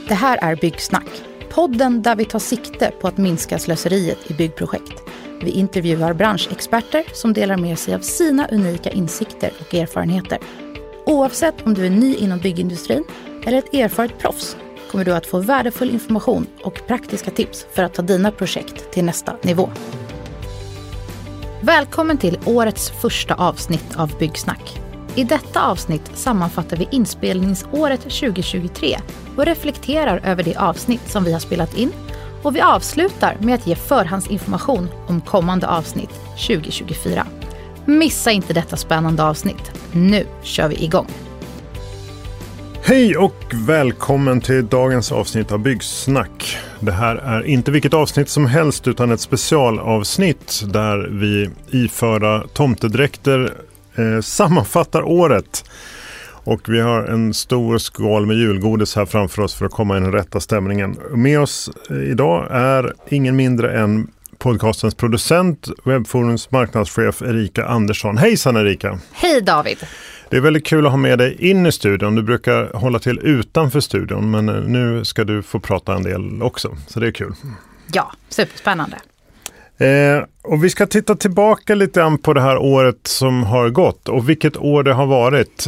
Det här är Byggsnack, podden där vi tar sikte på att minska slöseriet i byggprojekt. Vi intervjuar branschexperter som delar med sig av sina unika insikter och erfarenheter. Oavsett om du är ny inom byggindustrin eller ett erfaret proffs kommer du att få värdefull information och praktiska tips för att ta dina projekt till nästa nivå. Välkommen till årets första avsnitt av Byggsnack. I detta avsnitt sammanfattar vi inspelningsåret 2023 och reflekterar över det avsnitt som vi har spelat in. Och vi avslutar med att ge förhandsinformation om kommande avsnitt 2024. Missa inte detta spännande avsnitt. Nu kör vi igång. Hej och välkommen till dagens avsnitt av Byggsnack. Det här är inte vilket avsnitt som helst utan ett specialavsnitt där vi iförda tomtedräkter sammanfattar året. Och vi har en stor skål med julgodis här framför oss för att komma i den rätta stämningen. Med oss idag är ingen mindre än podcastens producent, Webbforums marknadschef Erika Andersson. Hejsan Erika! Hej David! Det är väldigt kul att ha med dig in i studion. Du brukar hålla till utanför studion men nu ska du få prata en del också. Så det är kul. Ja, superspännande. Och vi ska titta tillbaka lite grann på det här året som har gått och vilket år det har varit.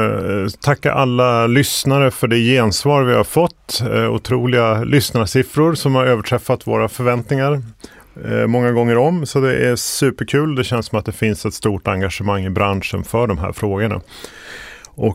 Tacka alla lyssnare för det gensvar vi har fått. Otroliga lyssnarsiffror som har överträffat våra förväntningar många gånger om. Så det är superkul. Det känns som att det finns ett stort engagemang i branschen för de här frågorna. Och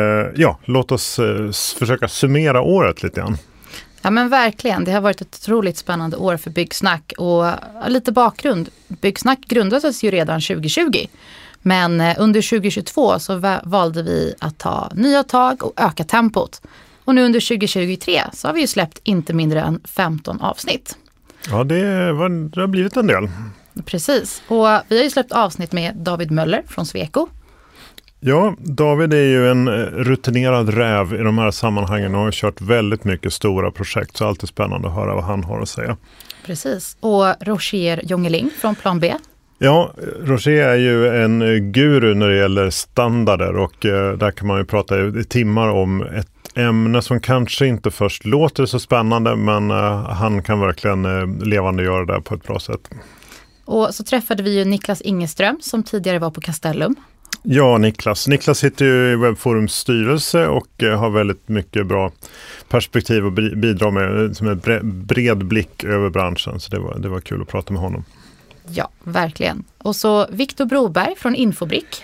låt oss försöka summera året lite grann. Ja men verkligen, det har varit ett otroligt spännande år för Byggsnack och lite bakgrund. Byggsnack grundades ju redan 2020 men under 2022 så valde vi att ta nya tag och öka tempot. Och nu under 2023 så har vi ju släppt inte mindre än 15 avsnitt. Ja det har blivit en del. Precis, och vi har ju släppt avsnitt med David Möller från Sweco. Ja, David är ju en rutinerad räv i de här sammanhangen och har kört väldigt mycket stora projekt. Så det är alltid spännande att höra vad han har att säga. Precis, och Roger Jongeling från Plan B. Ja, Roger är ju en guru när det gäller standarder och där kan man ju prata i timmar om ett ämne som kanske inte först låter så spännande men han kan verkligen levandegöra det på ett bra sätt. Och så träffade vi ju Niklas Ingeström som tidigare var på Castellum. Ja, Niklas sitter ju i Webbforums styrelse och har väldigt mycket bra perspektiv och bidrar med som en bred blick över branschen. Så det var kul att prata med honom. Ja, verkligen. Och så Viktor Broberg från Infobrick.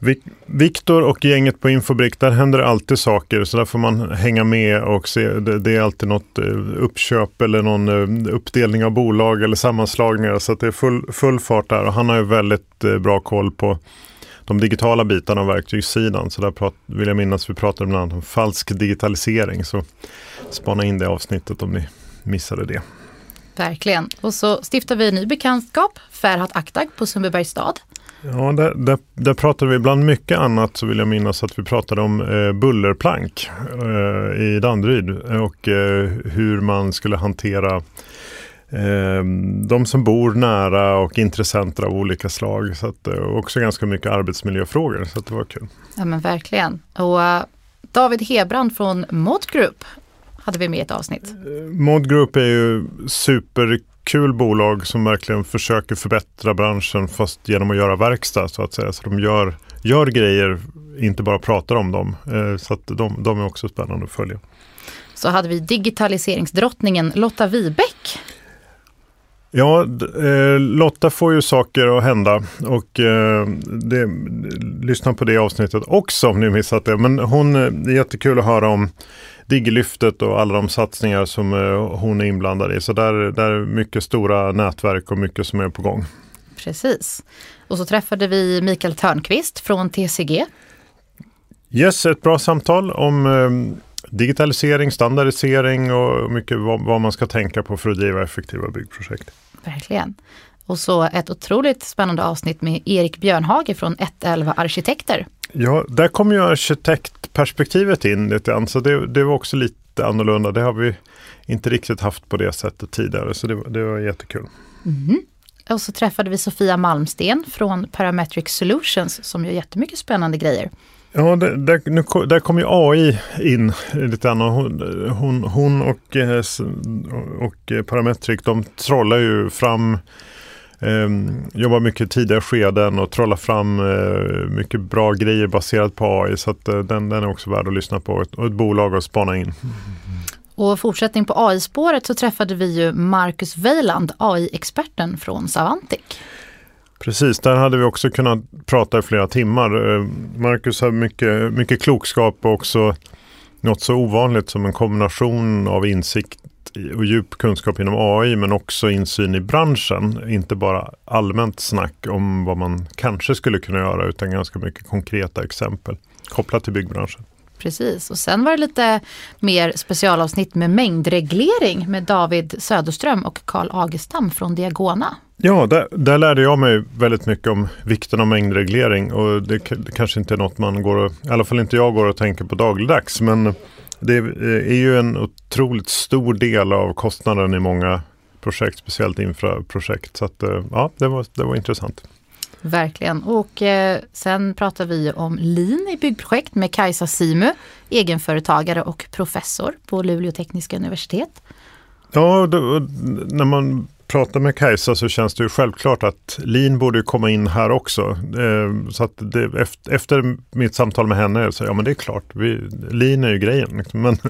Viktor och gänget på Infobrick, där händer alltid saker så där får man hänga med och se. Det är alltid något uppköp eller någon uppdelning av bolag eller sammanslagningar så att det är full fart där och han har ju väldigt bra koll på de digitala bitarna av verktygssidan. Så där vill jag minnas vi pratade bland annat om falsk digitalisering. Så spana in det avsnittet om ni missade det. Verkligen. Och så stiftar vi en ny bekantskap, Ferhat Aktag på Sundbybergs stad. Ja, där pratade vi bland mycket annat så vill jag minnas att vi pratade om bullerplank i Danderyd och hur man skulle hantera de som bor nära och intressenter av olika slag så att, också ganska mycket arbetsmiljöfrågor så att det var kul. Ja men verkligen. Och David Hebrand från Mod Group hade vi med ett avsnitt. Mod Group är ju superkul bolag som verkligen försöker förbättra branschen fast genom att göra verkstad så att säga. Så de gör grejer, inte bara pratar om dem. Så att de är också spännande att följa. Så hade vi digitaliseringsdrottningen Lotta Wibeck. Ja, Lotta får ju saker att hända och lyssna på det avsnittet också om ni missat det. Men hon är jättekul att höra om Digilyftet och alla de satsningar som hon är inblandad i. Så där är mycket stora nätverk och mycket som är på gång. Precis. Och så träffade vi Mikael Törnqvist från TCG. Yes, ett bra samtal om digitalisering, standardisering och mycket vad man ska tänka på för att driva effektiva byggprojekt. Verkligen. Och så ett otroligt spännande avsnitt med Erik Björnhage från 111 Arkitekter. Ja, där kom ju arkitektperspektivet in lite grann, så det var också lite annorlunda. Det har vi inte riktigt haft på det sättet tidigare, så det var jättekul. Mm. Och så träffade vi Sofia Malmsten från Parametric Solutions som gör jättemycket spännande grejer. Ja, där kommer ju AI in lite grann. Hon och Parametric, de trollar ju fram, jobbar mycket tidigare skeden och trollar fram mycket bra grejer baserat på AI. Så att den är också värd att lyssna på och ett bolag att spana in. Och fortsättning på AI-spåret så träffade vi ju Marcus Weiland, AI-experten från Savantic. Precis, där hade vi också kunnat prata i flera timmar. Marcus har mycket klokskap och också något så ovanligt som en kombination av insikt och djup kunskap inom AI, men också insyn i branschen. Inte bara allmänt snack om vad man kanske skulle kunna göra, utan ganska mycket konkreta exempel kopplat till byggbranschen. Precis, och sen var det lite mer specialavsnitt med mängdreglering med David Söderström och Carl Agestam från Diagona. Ja, där lärde jag mig väldigt mycket om vikten av mängdreglering, och det kanske inte är något man i alla fall inte jag går och tänker på dagligdags, men det är ju en otroligt stor del av kostnaden i många projekt, speciellt infraprojekt, så att ja, det var intressant. Verkligen. Och sen pratar vi om Lean i byggprojekt med Kajsa Simu, egenföretagare och professor på Luleå tekniska universitet. Ja, när man pratar med Kajsa så känns det ju självklart att Lean borde komma in här också. Så att efter mitt samtal med henne så men det är klart, Lean är ju grejen. Liksom. Men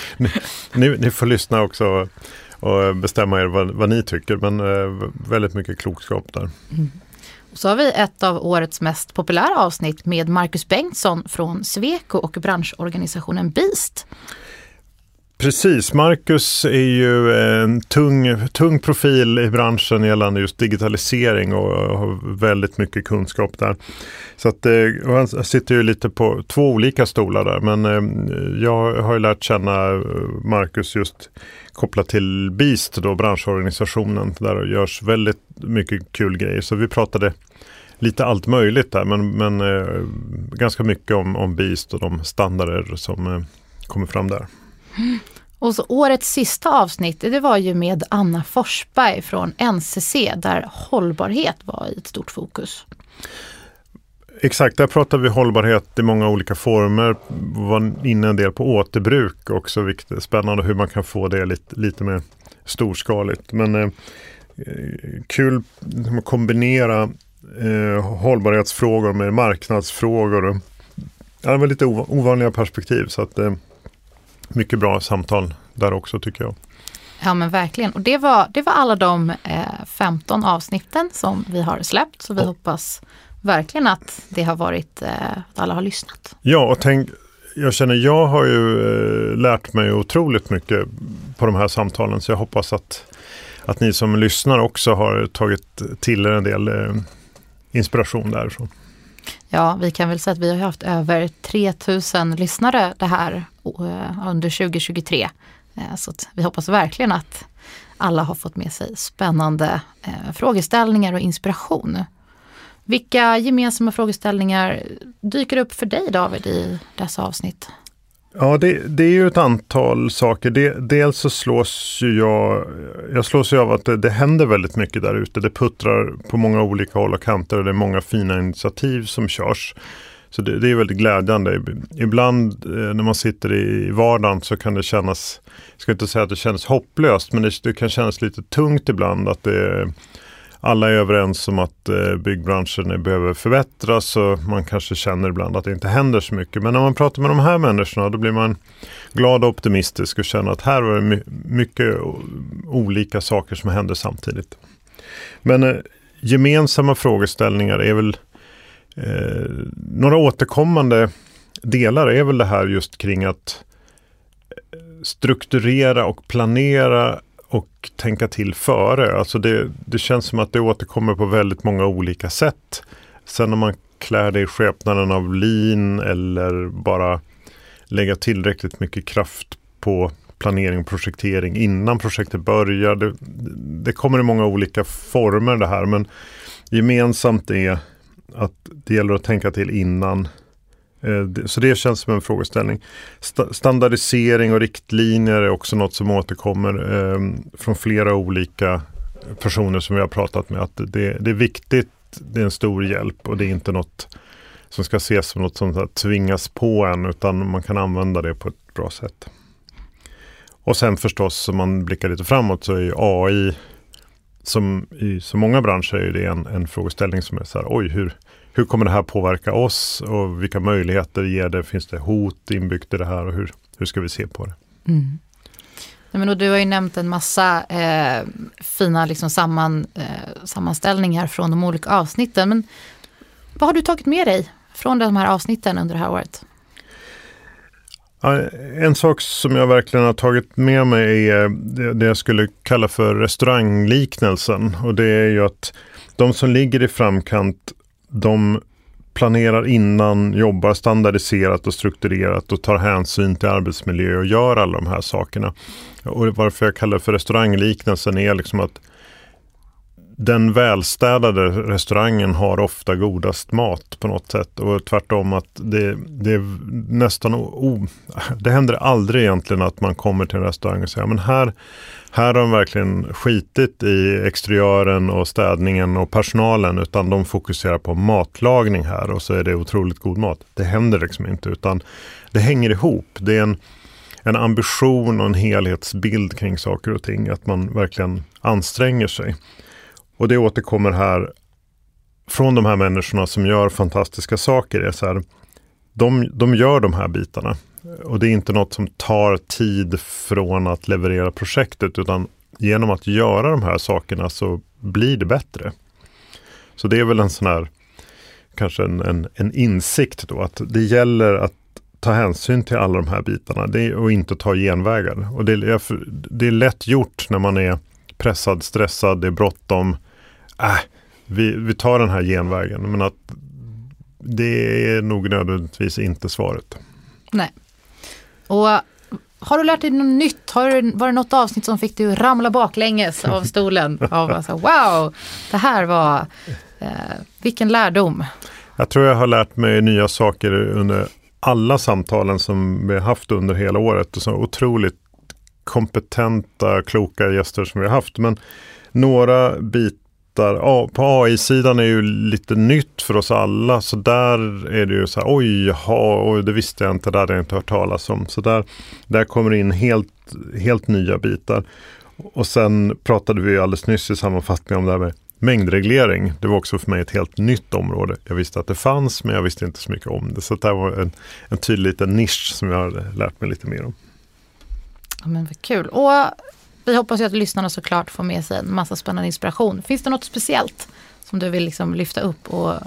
ni får lyssna också och bestämma er vad ni tycker, men väldigt mycket klokskap där. Mm. Så har vi ett av årets mest populära avsnitt med Marcus Bengtsson från Sweco och branschorganisationen Beast. Precis, Marcus är ju en tung profil i branschen gällande just digitalisering och har väldigt mycket kunskap där. Så att, han sitter ju lite på två olika stolar där, men jag har ju lärt känna Marcus just kopplat till Beast, då branschorganisationen, där det görs väldigt mycket kul grejer. Så vi pratade lite allt möjligt där, men ganska mycket om Beast och de standarder som kommer fram där. Och så årets sista avsnitt, det var ju med Anna Forsberg från NCC, där hållbarhet var i ett stort fokus. Exakt, där pratar vi hållbarhet i många olika former. Var inne en del på återbruk också, viktigt, spännande hur man kan få det lite mer storskaligt. Men kul att kombinera hållbarhetsfrågor med marknadsfrågor. Det var lite ovanliga perspektiv, så att mycket bra samtal där också, tycker jag. Ja, men verkligen. Och det var alla de 15 avsnitten som vi har släppt, så vi hoppas verkligen att det har varit att alla har lyssnat. Ja, och jag har ju lärt mig otroligt mycket på de här samtalen, så jag hoppas att ni som lyssnar också har tagit till er en del inspiration därifrån. Ja, vi kan väl säga att vi har haft över 3000 lyssnare det här under 2023. Så att vi hoppas verkligen att alla har fått med sig spännande frågeställningar och inspiration. Vilka gemensamma frågeställningar dyker upp för dig, David, i dessa avsnitt? Ja, det är ju ett antal saker. Dels så slås ju jag slås ju av att det händer väldigt mycket där ute. Det puttrar på många olika håll och kanter, och det är många fina initiativ som körs. Så det är väldigt glädjande. Ibland när man sitter i vardagen så kan det kännas, jag ska inte säga att det känns hopplöst, men det kan kännas lite tungt ibland att alla är överens om att byggbranschen behöver förbättras, och man kanske känner ibland att det inte händer så mycket. Men när man pratar med de här människorna, då blir man glad och optimistisk och känner att här är det mycket olika saker som händer samtidigt. Men gemensamma frågeställningar är väl några återkommande delar är väl det här just kring att strukturera och planera och tänka till före. Alltså det känns som att det återkommer på väldigt många olika sätt. Sen när man klär det i skepnaden av lean eller bara lägga tillräckligt mycket kraft på planering och projektering innan projektet börjar. Det kommer i många olika former det här, men gemensamt är att det gäller att tänka till innan. Så det känns som en frågeställning. Standardisering och riktlinjer är också något som återkommer från flera olika personer som vi har pratat med. Att det är viktigt, det är en stor hjälp, och det är inte något som ska ses som något som tvingas på en, utan man kan använda det på ett bra sätt. Och sen förstås, om man blickar lite framåt, så är ju AI, som i så många branscher, är det en frågeställning som är så här, oj, hur kommer det här påverka oss och vilka möjligheter ger det? Finns det hot inbyggt i det här och hur ska vi se på det? Mm. Nej, men du har ju nämnt en massa fina liksom sammanställningar från de olika avsnitten. Men vad har du tagit med dig från de här avsnitten under det här året? En sak som jag verkligen har tagit med mig är det jag skulle kalla för restaurangliknelsen. Och det är ju att de som ligger i framkant, de planerar innan, jobbar standardiserat och strukturerat och tar hänsyn till arbetsmiljö och gör alla de här sakerna. Och varför jag kallar det för restaurangliknelsen är liksom att den välstädade restaurangen har ofta godast mat på något sätt, och tvärtom att det är nästan det händer aldrig egentligen att man kommer till en restaurang och säger, men här har de verkligen skitit i exteriören och städningen och personalen, utan de fokuserar på matlagning här och så är det otroligt god mat. Det händer liksom inte, utan det hänger ihop. Det är en ambition och en helhetsbild kring saker och ting, att man verkligen anstränger sig. Och det återkommer här från de här människorna som gör fantastiska saker. Det är så här, de gör de här bitarna. Och det är inte något som tar tid från att leverera projektet, utan genom att göra de här sakerna så blir det bättre. Så det är väl en sån här, kanske en insikt då, att det gäller att ta hänsyn till alla de här bitarna och inte ta genvägar. Och det är lätt gjort när man är pressad, stressad, det är bråttom. Vi tar den här genvägen, men att det är nog nödvändigtvis inte svaret. Nej. Och har du lärt dig något nytt? Var det något avsnitt som fick du ramla baklänges av stolen? Alltså, wow, det här var vilken lärdom. Jag tror jag har lärt mig nya saker under alla samtalen som vi har haft under hela året. Och så otroligt kompetenta, kloka gäster som vi har haft. Men några bitar på AI-sidan är ju lite nytt för oss alla. Så där är det ju så här, oj, det visste jag inte, det hade jag inte hört talas om. Så där kommer in helt nya bitar. Och sen pratade vi alldeles nyss i sammanfattning om det här med mängdreglering. Det var också för mig ett helt nytt område. Jag visste att det fanns, men jag visste inte så mycket om det. Så det var en tydlig liten nisch som jag har lärt mig lite mer om. Ja, men vad kul. Och vi hoppas ju att lyssnarna såklart får med sig en massa spännande inspiration. Finns det något speciellt som du vill liksom lyfta upp?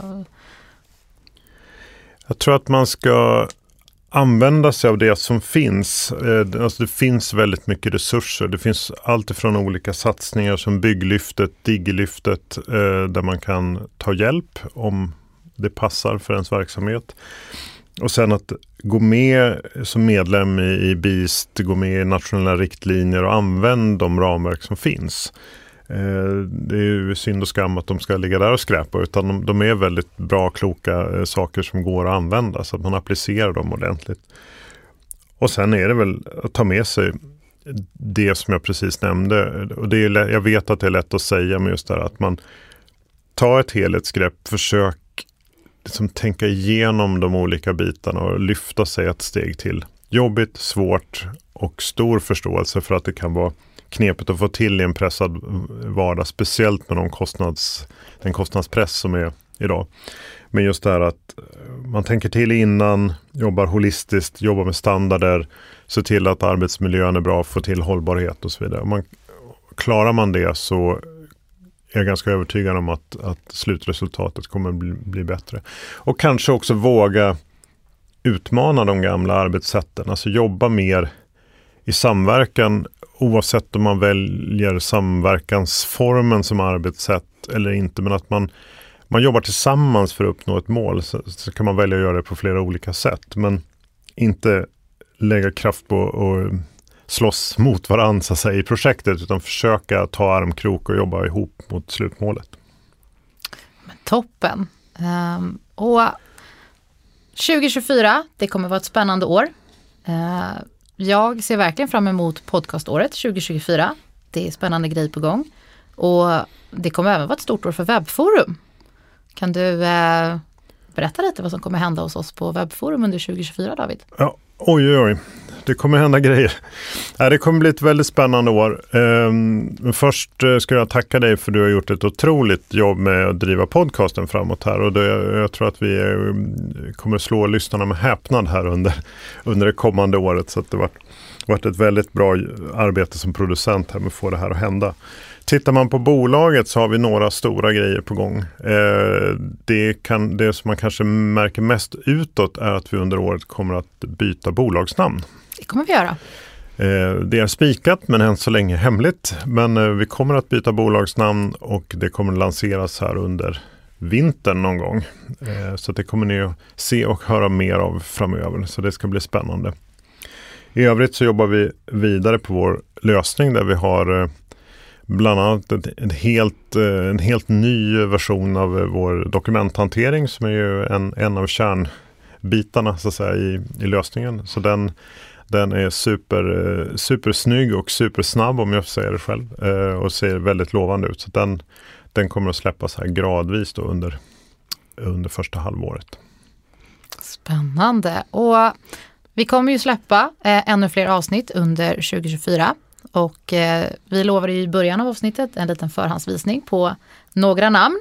Jag tror att man ska använda sig av det som finns. Alltså det finns väldigt mycket resurser. Det finns allt ifrån olika satsningar som Bygglyftet, Digilyftet, där man kan ta hjälp om det passar för ens verksamhet. Och sen att gå med som medlem i BIST, gå med i nationella riktlinjer och använda de ramverk som finns. Det är ju synd och skam att de ska ligga där och skräpa, utan de är väldigt bra, kloka saker som går att använda, så att man applicerar dem ordentligt. Och sen är det väl att ta med sig det som jag precis nämnde. Och det är, jag vet att det är lätt att säga, men just det här att man tar ett helhetsgrepp, försök liksom tänka igenom de olika bitarna och lyfta sig ett steg till. Jobbigt, svårt och stor förståelse för att det kan vara knepigt att få till i en pressad vardag, speciellt med den kostnadspress som är idag. Men just det här att man tänker till innan, jobbar holistiskt, jobbar med standarder, ser till att arbetsmiljön är bra, får till hållbarhet och så vidare. Klarar man det, så är jag ganska övertygad om att slutresultatet kommer bli bättre. Och kanske också våga utmana de gamla arbetssätten, alltså jobba mer i samverkan, oavsett om man väljer samverkansformen som arbetssätt eller inte, men att man jobbar tillsammans för att uppnå ett mål, så kan man välja att göra det på flera olika sätt, men inte lägga kraft på att slåss mot varandra så att säga, i projektet, utan försöka ta armkrok och jobba ihop mot slutmålet. Men toppen. Och 2024, det kommer vara ett spännande år. Jag ser verkligen fram emot podcaståret 2024. Det är spännande grej på gång. Och det kommer även vara ett stort år för Webbforum. Kan du berätta lite vad som kommer hända hos oss på Webbforum under 2024, David. Ja, oj. Det kommer hända grejer. Det kommer bli ett väldigt spännande år. Först ska jag tacka dig för att du har gjort ett otroligt jobb med att driva podcasten framåt här. Och jag tror att vi kommer slå lyssnarna med häpnad här under det kommande året. Så att det har varit ett väldigt bra arbete som producent här med att få det här att hända. Tittar man på bolaget så har vi några stora grejer på gång. Det som man kanske märker mest utåt är att vi under året kommer att byta bolagsnamn. Det kommer vi göra. Det är spikat men än så länge hemligt. Men vi kommer att byta bolagsnamn och det kommer att lanseras här under vintern någon gång. Så det kommer ni att se och höra mer av framöver. Så det ska bli spännande. I övrigt så jobbar vi vidare på vår lösning där vi har bland annat en helt ny version av vår dokumenthantering som är ju en av kärnbitarna så att säga, i lösningen. Så den är supersnygg och supersnabb om jag får säga det själv och ser väldigt lovande ut. Så den kommer att släppas här gradvis då under första halvåret. Spännande. Och vi kommer ju släppa ännu fler avsnitt under 2024. Och vi lovade i början av avsnittet en liten förhandsvisning på några namn.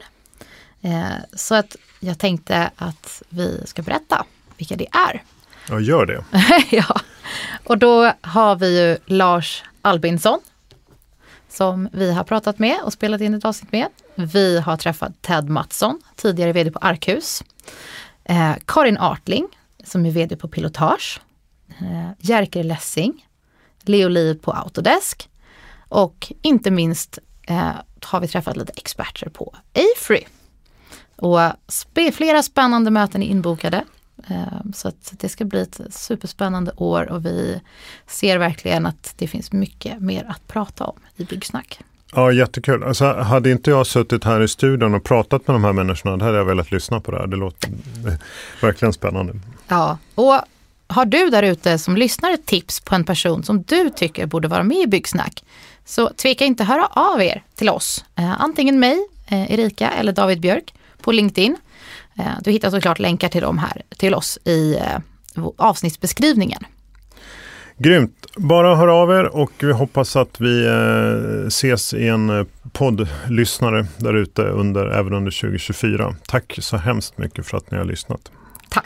Så att jag tänkte att vi ska berätta vilka det är. Ja, gör det. Ja, och då har vi ju Lars Albinsson som vi har pratat med och spelat in ett avsnitt med. Vi har träffat Ted Mattsson, tidigare vd på Arkhus. Karin Artling som är vd på Pilotage. Jerker Lessing. Leo Liv på Autodesk och inte minst har vi träffat lite experter på AFRY. Och flera spännande möten är inbokade så att det ska bli ett superspännande år och vi ser verkligen att det finns mycket mer att prata om i Byggsnack. Ja, jättekul. Alltså, hade inte jag suttit här i studion och pratat med de här människorna, då hade jag velat lyssna på det här. Det låter verkligen spännande. Ja, och har du där ute som lyssnar ett tips på en person som du tycker borde vara med i Byggsnack så tveka inte höra av er till oss. Antingen mig, Erika eller David Björk på LinkedIn. Du hittar såklart länkar till dem här till oss i avsnittsbeskrivningen. Grymt. Bara hör av er och vi hoppas att vi ses i en poddlyssnare där ute även under 2024. Tack så hemskt mycket för att ni har lyssnat. Tack.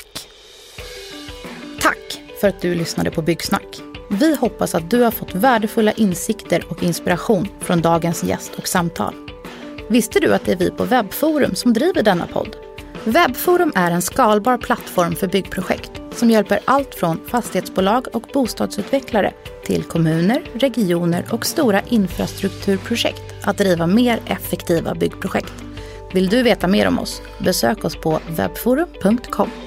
Tack för att du lyssnade på Byggsnack. Vi hoppas att du har fått värdefulla insikter och inspiration från dagens gäst och samtal. Visste du att det är vi på Webbforum som driver denna podd? Webbforum är en skalbar plattform för byggprojekt som hjälper allt från fastighetsbolag och bostadsutvecklare till kommuner, regioner och stora infrastrukturprojekt att driva mer effektiva byggprojekt. Vill du veta mer om oss? Besök oss på webbforum.com.